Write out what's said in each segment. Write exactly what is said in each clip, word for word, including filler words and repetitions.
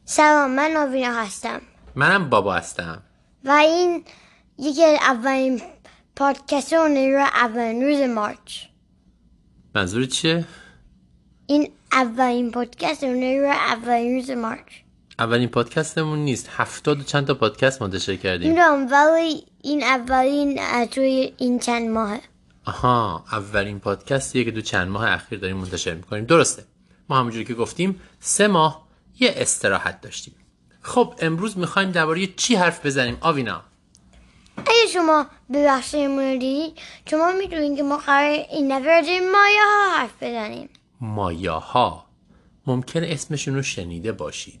سلام، من آوینا هستم. منم بابا هستم. و این یکی از اولین پادکست رو اولین روز مارچ. منظور چیه؟ این اولین پادکست رو اولین روز مارچ. اولین پادکستمون نیست، هفتاد و چند تا پادکست منتشر کردیم. میدونم، ولی این اولین توی این چند ماهه. آها، اولین پادکستیه که دو چند ماه اخیر داریم منتشر میکنیم. درسته. ما همونجوری که گفتیم سه ماه یه استراحت داشتیم. خب امروز میخوایم درباره چی حرف بزنیم آوینا؟ اگه شما به بخشمون دیدید، شما میدونید که ما قرار این دفعه راجع به مایاها حرف بزنیم. مایاها ممکن اسمشون رو شنیده باشید.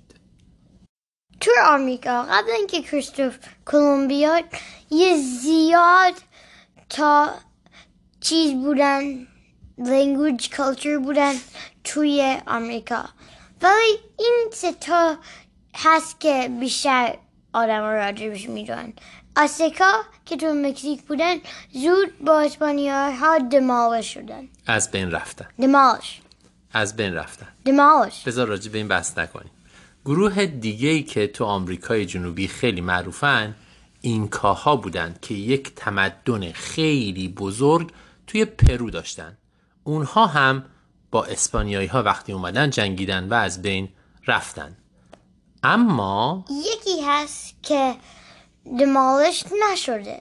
تو آمریکا قبل اینکه کریستوف کلمب بیاد یه زیاد تا چیز بودن، language culture بودن توی آمریکا، ولی این سه تا هست که بیشتر آدم ها راجبش میدونن. آسیکا که تو مکزیک بودن زود با اسپانیایی ها دمالش شدن. از بین رفتن. دمالش از بین رفتن. دمالش. بذار راجع به این بحث نکنیم. گروه دیگه‌ای که تو آمریکای جنوبی خیلی معروفن اینکاها بودن که یک تمدن خیلی بزرگ توی پرو داشتن. اونها هم با اسپانیایی ها وقتی اومدن جنگیدن و از بین رفتن. اما یکی هست که دمالش نشده،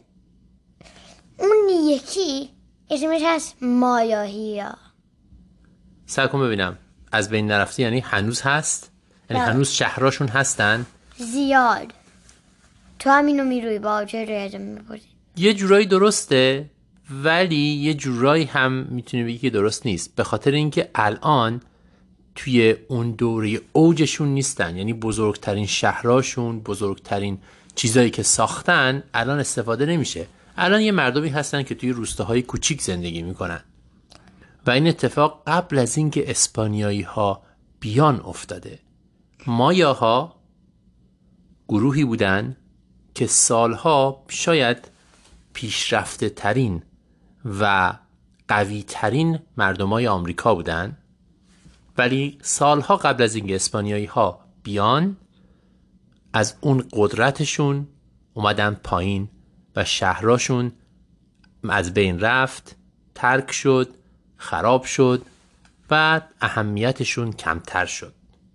اون یکی اسمش هست مایاهیا. سعی کن ببینم از بین نرفته یعنی هنوز هست؟ یعنی بله. هنوز شهراشون هستن؟ زیاد. تو همینو میروی با چه ریاضم میپرسی؟ یه جورایی درسته، ولی یه جورایی هم میتونی بگی که درست نیست، به خاطر اینکه الان توی اون دوره اوجشون نیستن. یعنی بزرگترین شهراشون، بزرگترین چیزایی که ساختن الان استفاده نمیشه. الان یه مردمی هستن که توی روستاهای کوچیک زندگی میکنن و این اتفاق قبل از اینکه اسپانیایی ها بیان افتاده. مایاها گروهی بودن که سالها شاید پیشرفته ترین و قوی ترین مردمای آمریکا بودن، ولی سالها قبل از اینکه اسپانیایی ها بیان از اون قدرتشون اومدن پایین و شهراشون از بین رفت، ترک شد، خراب شد و اهمیتشون کمتر شد.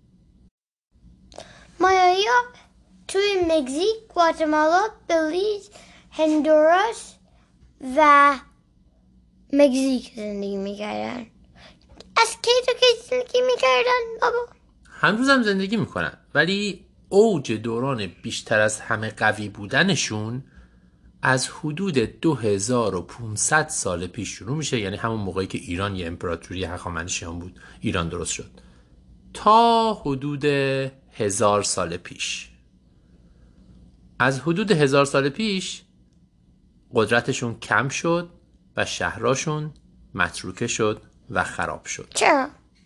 مایاهیا توی مکزیک، گواتمالا، بلیز، هندوراس و مکزیک زندگی میکردن. از کی تا کی زندگی میکردن بابا؟ هنوز هم زندگی میکنن، ولی اوج دوران بیشتر از همه قوی بودنشون از حدود دو هزار و پانصد سال پیش شروع میشه. یعنی همون موقعی که ایران یه امپراتوری هخامنشیان بود، ایران درست شد، تا حدود هزار سال پیش. از حدود هزار سال پیش قدرتشون کم شد و شهراشون متروکه شد و خراب شد. چرا؟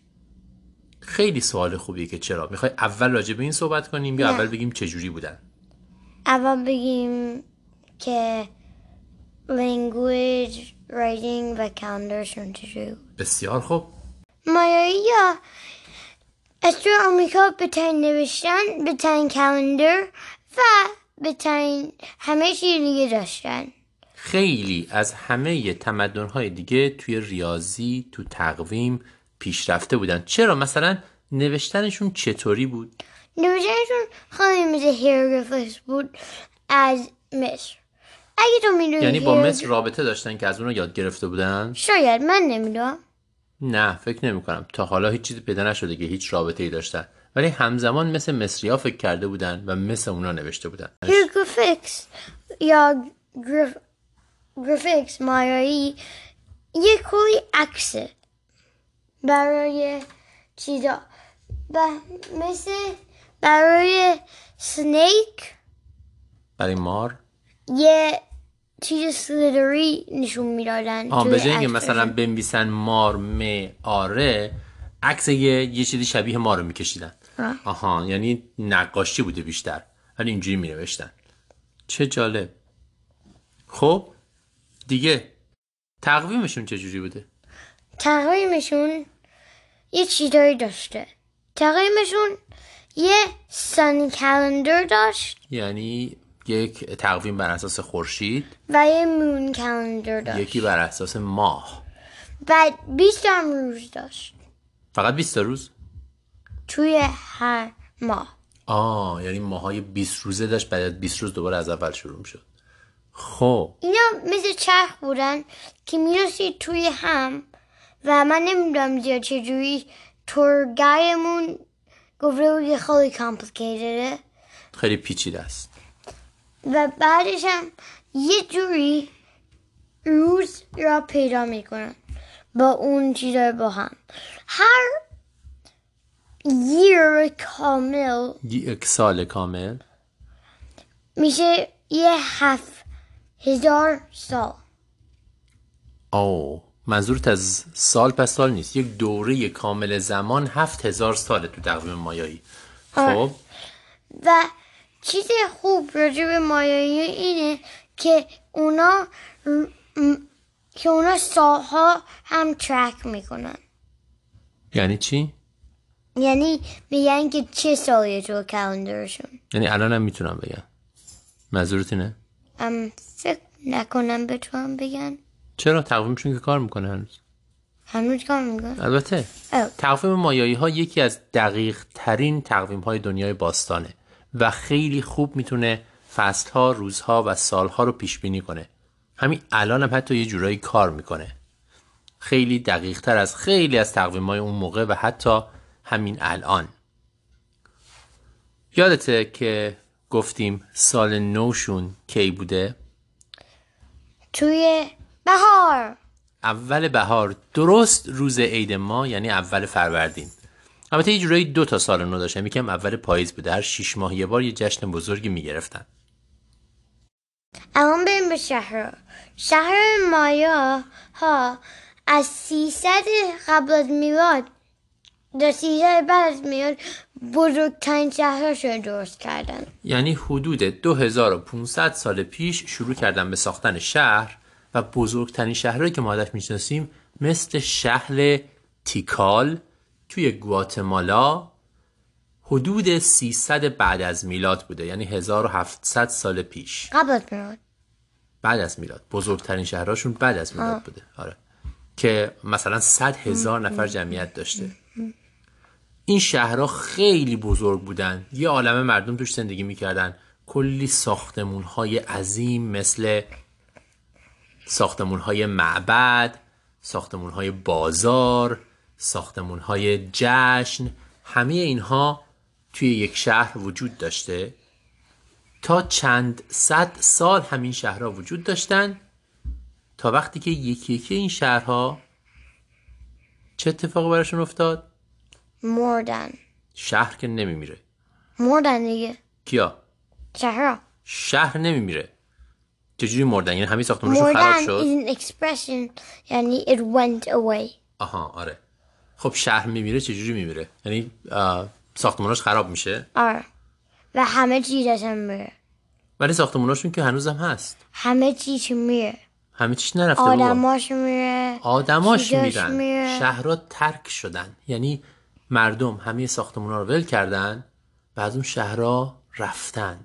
خیلی سوال خوبیه که چرا. میخوای اول راجع به این صحبت کنیم یا نه. اول بگیم چجوری بودن؟ اول بگیم که language, writing و کلندرشون چجوری بود. بسیار خوب. مایاهیا از توی آمریکا بهترین نوشتن، بهترین کلندر و بهترین همه چیز دیگه داشتن. خیلی از همه تمدن‌های دیگه توی ریاضی، تو تقویم پیشرفته بودن. چرا؟ مثلا نوشتنشون چطوری بود؟ نوشتنشون خیلی مثل هیروگلیفیکس بود از مصر. اگه تو میدونی یعنی با هیروگلیف... مصر رابطه داشتن که از اون رو یاد گرفته بودن؟ شاید، من نمیدونم. نه فکر نمی کنم. تا حالا هیچ چیزی پیدا نشده که هیچ رابطه‌ای داشتن، ولی همزمان مثل مصری‌ها فکر کرده بودن و مثل اونا نوشته بودن. هیروگلیفیکس یا گرف... گرافیکس مایایی یه کلی عکسه برای چیزا، ب... مثل برای سنیک، برای مار یه چیز سلیدری نشون میدادن. آه به جای اینکه مثلا بنویسن مار م آره، عکس یه یه چیزی شبیه مار رو میکشیدن. آها، یعنی نقاشی بوده بیشتر، ولی اینجوری مینوشتن. چه جالب. خب دیگه تقویمشون چجوری بوده؟ تقویمشون یه چیزایی داشته. تقویمشون یه سن کلندر داشت یعنی یک تقویم بر اساس خورشید، و یه مون کلندر داشت. یکی بر اساس ماه. بعد بیست هم روز داشت فقط بیست روز؟ توی هر ماه. آه یعنی ماهای بیست روزه داشت، بعد از بیست روز دوباره از اول شروع میشد. خب اینا مثل چرخ بودن که میرسید توی هم و من نمیدونم زیاد چجوری تورگایمون گفته بود که خیلی کامپلیکیتده خیلی پیچیده است. و بعدش هم یه جوری روز را پیدا میکنن با اون چیزا با هم. هر year کامل یک سال کامل میشه یه هفت هزار سال. او منظورت از سال پس سال نیست، یک دوره کامل زمان هفت هزار ساله تو تقویم مایایی. خب و چیز خوب راجع به مایایی اینه که اونا م... که اونا سالها هم ترک میکنن. یعنی چی؟ یعنی میگن که چه سالیه تو کلندرشون. یعنی الان هم میتونم بگم. منظورت اینه؟ ام فکر نکنم بتونم بگن. چرا؟ تقویمشون که کار میکنه هنوز. هنوز کار میکنن؟ البته او. تقویم مایایی ها یکی از دقیق ترین تقویم های دنیای باستانه و خیلی خوب میتونه فصل ها، روزها و سالها رو پیش بینی کنه. همین الان هم حتی یه جورایی کار میکنه. خیلی دقیق تر از خیلی از تقویم های اون موقع و حتی همین الان. یادته که گفتیم سال نوشون کی بوده؟ توی بهار. اول بهار، درست روز عید ما، یعنی اول فروردین. البته یه جورایی دو تا سال نو داشتن، یکم اول پاییز بوده، هر شیش ماه یه بار یه جشن بزرگی میگرفتن. الان بریم به شهر. شهر مایا ها از سیصد قبل از میلاد تا سیصد بعد از میلاد بزرگترین شهرشون درست کردن. یعنی حدود دو هزار و پانصد سال پیش شروع کردن به ساختن شهر و بزرگترین شهرهایی که ما ازش میشناسیم مثل شهر تیکال توی گواتمالا حدود سیصد بعد از میلاد بوده، یعنی هزار و هفتصد سال پیش. قبل از میلاد. بعد از میلاد. بزرگترین شهرهاشون بعد از میلاد بوده. آره. که مثلا صد هزار نفر جمعیت داشته. این شهرها خیلی بزرگ بودن، یه عالمه مردم توش زندگی میکردن، کلی ساختمونهای عظیم مثل ساختمونهای معبد، ساختمونهای بازار، ساختمونهای جشن، همه اینها توی یک شهر وجود داشته. تا چند صد سال همین شهرها وجود داشتن تا وقتی که یکی یکی این شهرها چه اتفاقی براشون افتاد؟ مردن. شهر که نمیمیره. مردن دیگه. کیا؟ شهرها. شهر نمیمیره. چجوری مردن؟ یعنی همین ساختمونشون خراب شد؟ مردن is an expression یعنی it went away. آها آره. خب شهر میمیره چجوری میمیره؟ یعنی ساختموناش خراب میشه؟ آره. و همه چیزش هم میره. ولی ساختموناشون که هنوزم هست. همه چیز میره. همه چیز نرفته بابا. آدماش میره. آدماش چیزاش میرن. میره. شهرها ترک شدن. یعنی مردم همه ساختمونا رو ول کردن و از اون شهرها رفتن.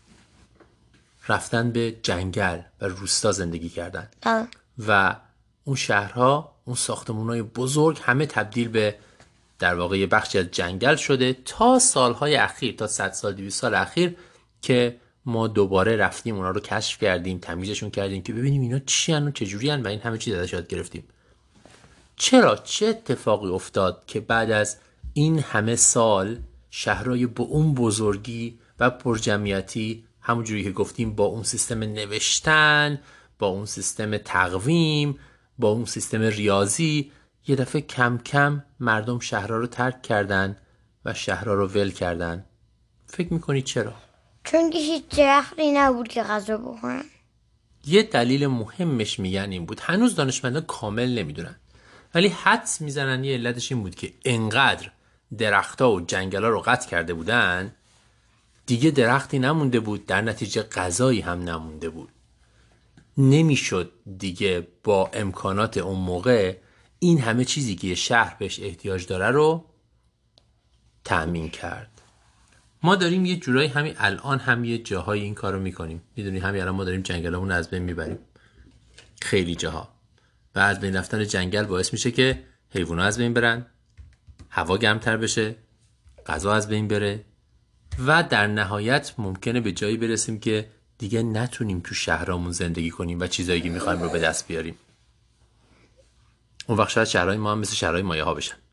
رفتن به جنگل و روستا زندگی کردن. آه. و اون شهرها، اون ساختمونای بزرگ همه تبدیل به در واقع یه بخشی از جنگل شده تا سالهای اخیر، تا صد سال دویست سال اخیر که ما دوباره رفتیم اونا رو کشف کردیم، تمیزشون کردیم که ببینیم اینا چی ان و چجوری ان و این همه چیز ازش یاد گرفتیم. چرا؟ چه اتفاقی افتاد که بعد از این همه سال شهرهای با اون بزرگی و پرجمعیتی، همونجوری که گفتیم با اون سیستم نوشتن، با اون سیستم تقویم، با اون سیستم ریاضی، یه دفعه کم کم مردم شهرها رو ترک کردن و شهرها رو ول کردن؟ فکر میکنی چرا؟ چون که هیچ درختی نبود که غذا بخورن. یه دلیل مهمش میگن این بود، هنوز دانشمندان کامل نمیدونن، ولی حدس میزنن یه علتش این بود که انقدر درختها و جنگلا رو قطع کرده بودن دیگه درختی نمونده بود، در نتیجه غذایی هم نمونده بود. نمیشد دیگه با امکانات اون موقع این همه چیزی که یه شهر بهش احتیاج داره رو تأمین کرد. ما داریم یه جورایی همین الان هم یه جاهای این کارو میکنیم. میدونی همین الان ما داریم جنگلمون رو از بین میبریم خیلی جاها و از بین رفتن جنگل باعث میشه که حیوونا از بین برن، هوا گرمتر بشه، غذا از بین بره و در نهایت ممکنه به جایی برسیم که دیگه نتونیم تو شهرامون زندگی کنیم و چیزایی که میخوایم رو به دست بیاریم. اون وقت شاید شهرهای ما هم مثل شهرهای مایه ها بشن.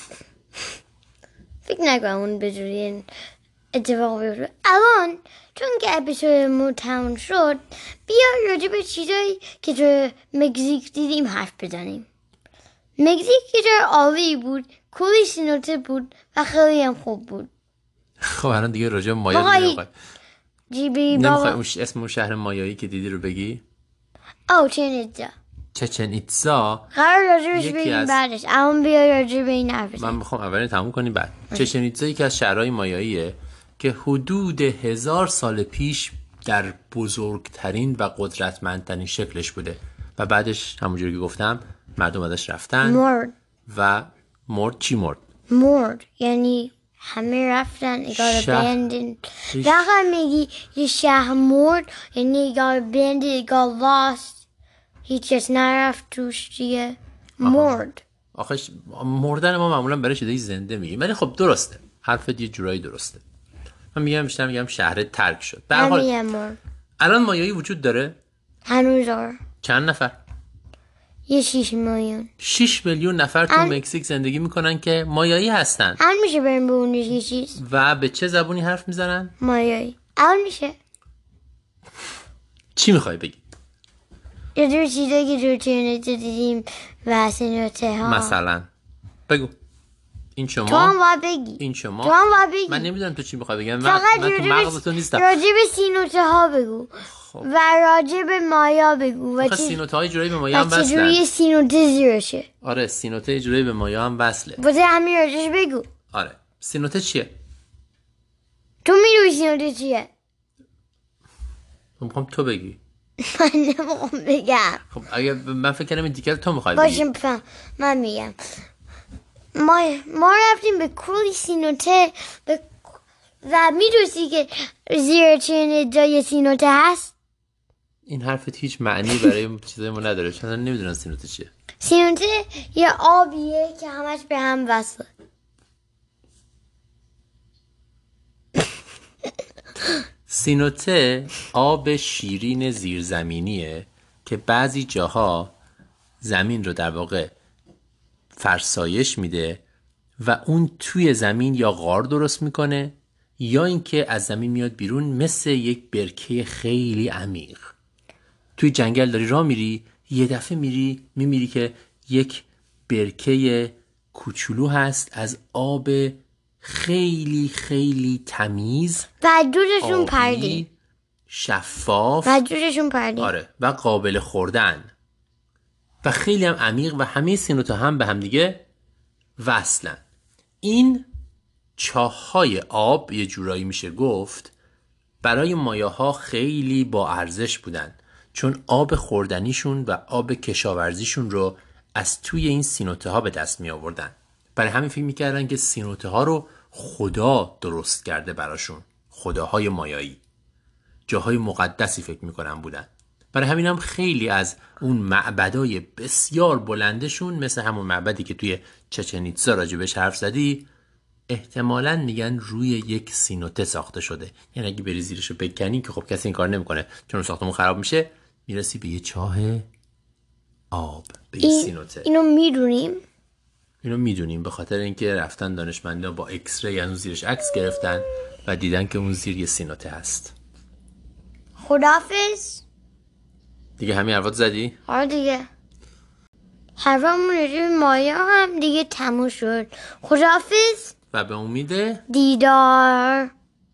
فکر نکنم اون به جوری این اتفاق بیفته. الان چون که اپیزودمون تموم شد، بیا راجع به چیزایی که تو مکزیک دیدیم حرف بزنیم. مکزیک یه جای عالی بود، کلی سینوته بود و خیلی هم خوب بود. خب الان دیگه راجع به مایه بخوای نمیخوای جیبی نمیخوای بابا. اسم اون شهر مایایی که دیدی رو بگی؟ او چنیزا چچن ایتزا. قرار راجبش یکی بگیم از- بعدش. الان بیا راجع به این حرف من بزنیم. میخوام اولین تموم کنیم بعد. چچن ایتزا یکی از شهرهای مایاییه که حدود هزار سال پیش در بزرگترین و قدرتمندترین شکلش بوده و بعدش همونجوری که گفتم مردم ازش رفتن مرد و مرد. چی مرد؟ مرد یعنی همه رفتن. It got شهر- abandoned. وقتی میگی یه شهر مرد یعنی it got abandoned, it got lost. هیچ کس نرفت توش دیگه. مرد. آخش مردن ما معمولا برای چیزای زنده میگیم، ولی خب درسته، حرفت یه جورایی درسته. من میگم بیشتر میگم شهر ترک شد. به هر حال همه مرد. الان مایایی وجود داره؟ هنوز داره. چند نفر؟ یه شیش میلیون. شش میلیون نفر تو ام- مکزیک زندگی میکنن که مایایی هستن. الان میشه بریم به اونش یه چیز. و به چه زبونی حرف میزنن؟ مایایی. الان میشه. چی میخوای بگی؟ یه جور چیزایی که جور چینه دیدیم و سنوته ها. مثلا بگو. این تو هم شما باید بگی. این شما تو هم باید بگی. من نمیدونم تو چی میخوای بگی. من, فقط من تو راجع مغز به- تو نیستم. راجع به سینوته ها بگو و راجع به مایا بگو و آخه چه- سینوته های جورایی به مایا هم و چجوری وصلن. یه سینوته زیرشه. آره سینوته یه جورایی به مایا هم وصله. بازه همین راجعش بگو. آره سینوته چیه؟ تو میدونی سینوته چیه؟ من میخوام تو بگی. من نمیخوام بگم. خب اگه من فکر کنم این دیگه تو میخوای بگی. باشم بفهم. من میگم ما ما رفتیم به کلی سینوته به... و میدونی که زیر چین جای سینوته هست. این حرفت هیچ معنی برای چیزای ما نداره چون من نمیدونم سینوته چیه. سینوته یه آبیه که همش به هم وصله. سینوته آب شیرین زیرزمینیه که بعضی جاها زمین رو در واقع فرسایش میده و اون توی زمین یا غار درست میکنه یا اینکه از زمین میاد بیرون مثل یک برکه خیلی عمیق. توی جنگل داری راه میری یه دفعه میری میمیری که یک برکه کوچولو هست از آب خیلی خیلی تمیز، و جورشون پردی آبی، شفاف، و جورشون پردی آره و قابل خوردن و خیلی هم عمیق و همه سینوتا هم به هم دیگه وصلن. این چاه‌های آب یه جورایی میشه گفت برای مایاها خیلی با ارزش بودن چون آب خوردنیشون و آب کشاورزیشون رو از توی این سینوته ها به دست می آوردن. برای همین فکر میکردن که سینوته ها رو خدا درست کرده براشون، خداهای مایایی، جاهای مقدسی فکر میکنن بودن. برای همین هم خیلی از اون معبدای بسیار بلندشون مثل همون معبدی که توی چچن ایتزا راجبش حرف زدی احتمالاً میگن روی یک سینوته ساخته شده. یعنی اگه بری زیرشو بکنی که خب کسی این کار نمیکنه چون ساختمون خراب میشه، میرسی به یه چاه آب، به یه این سینوته. اینو میدونیم. اینو میدونیم به خاطر اینکه رفتن دانشمندا با ایکس ری از اون زیرش عکس گرفتن و دیدن که اون زیر یه سینوته هست. خداحافظ. دیگه همین حرفات زدی؟ آره دیگه حرفمون راجع به مایا هم دیگه تموم شد. خداحافظ. و به امید دیدار.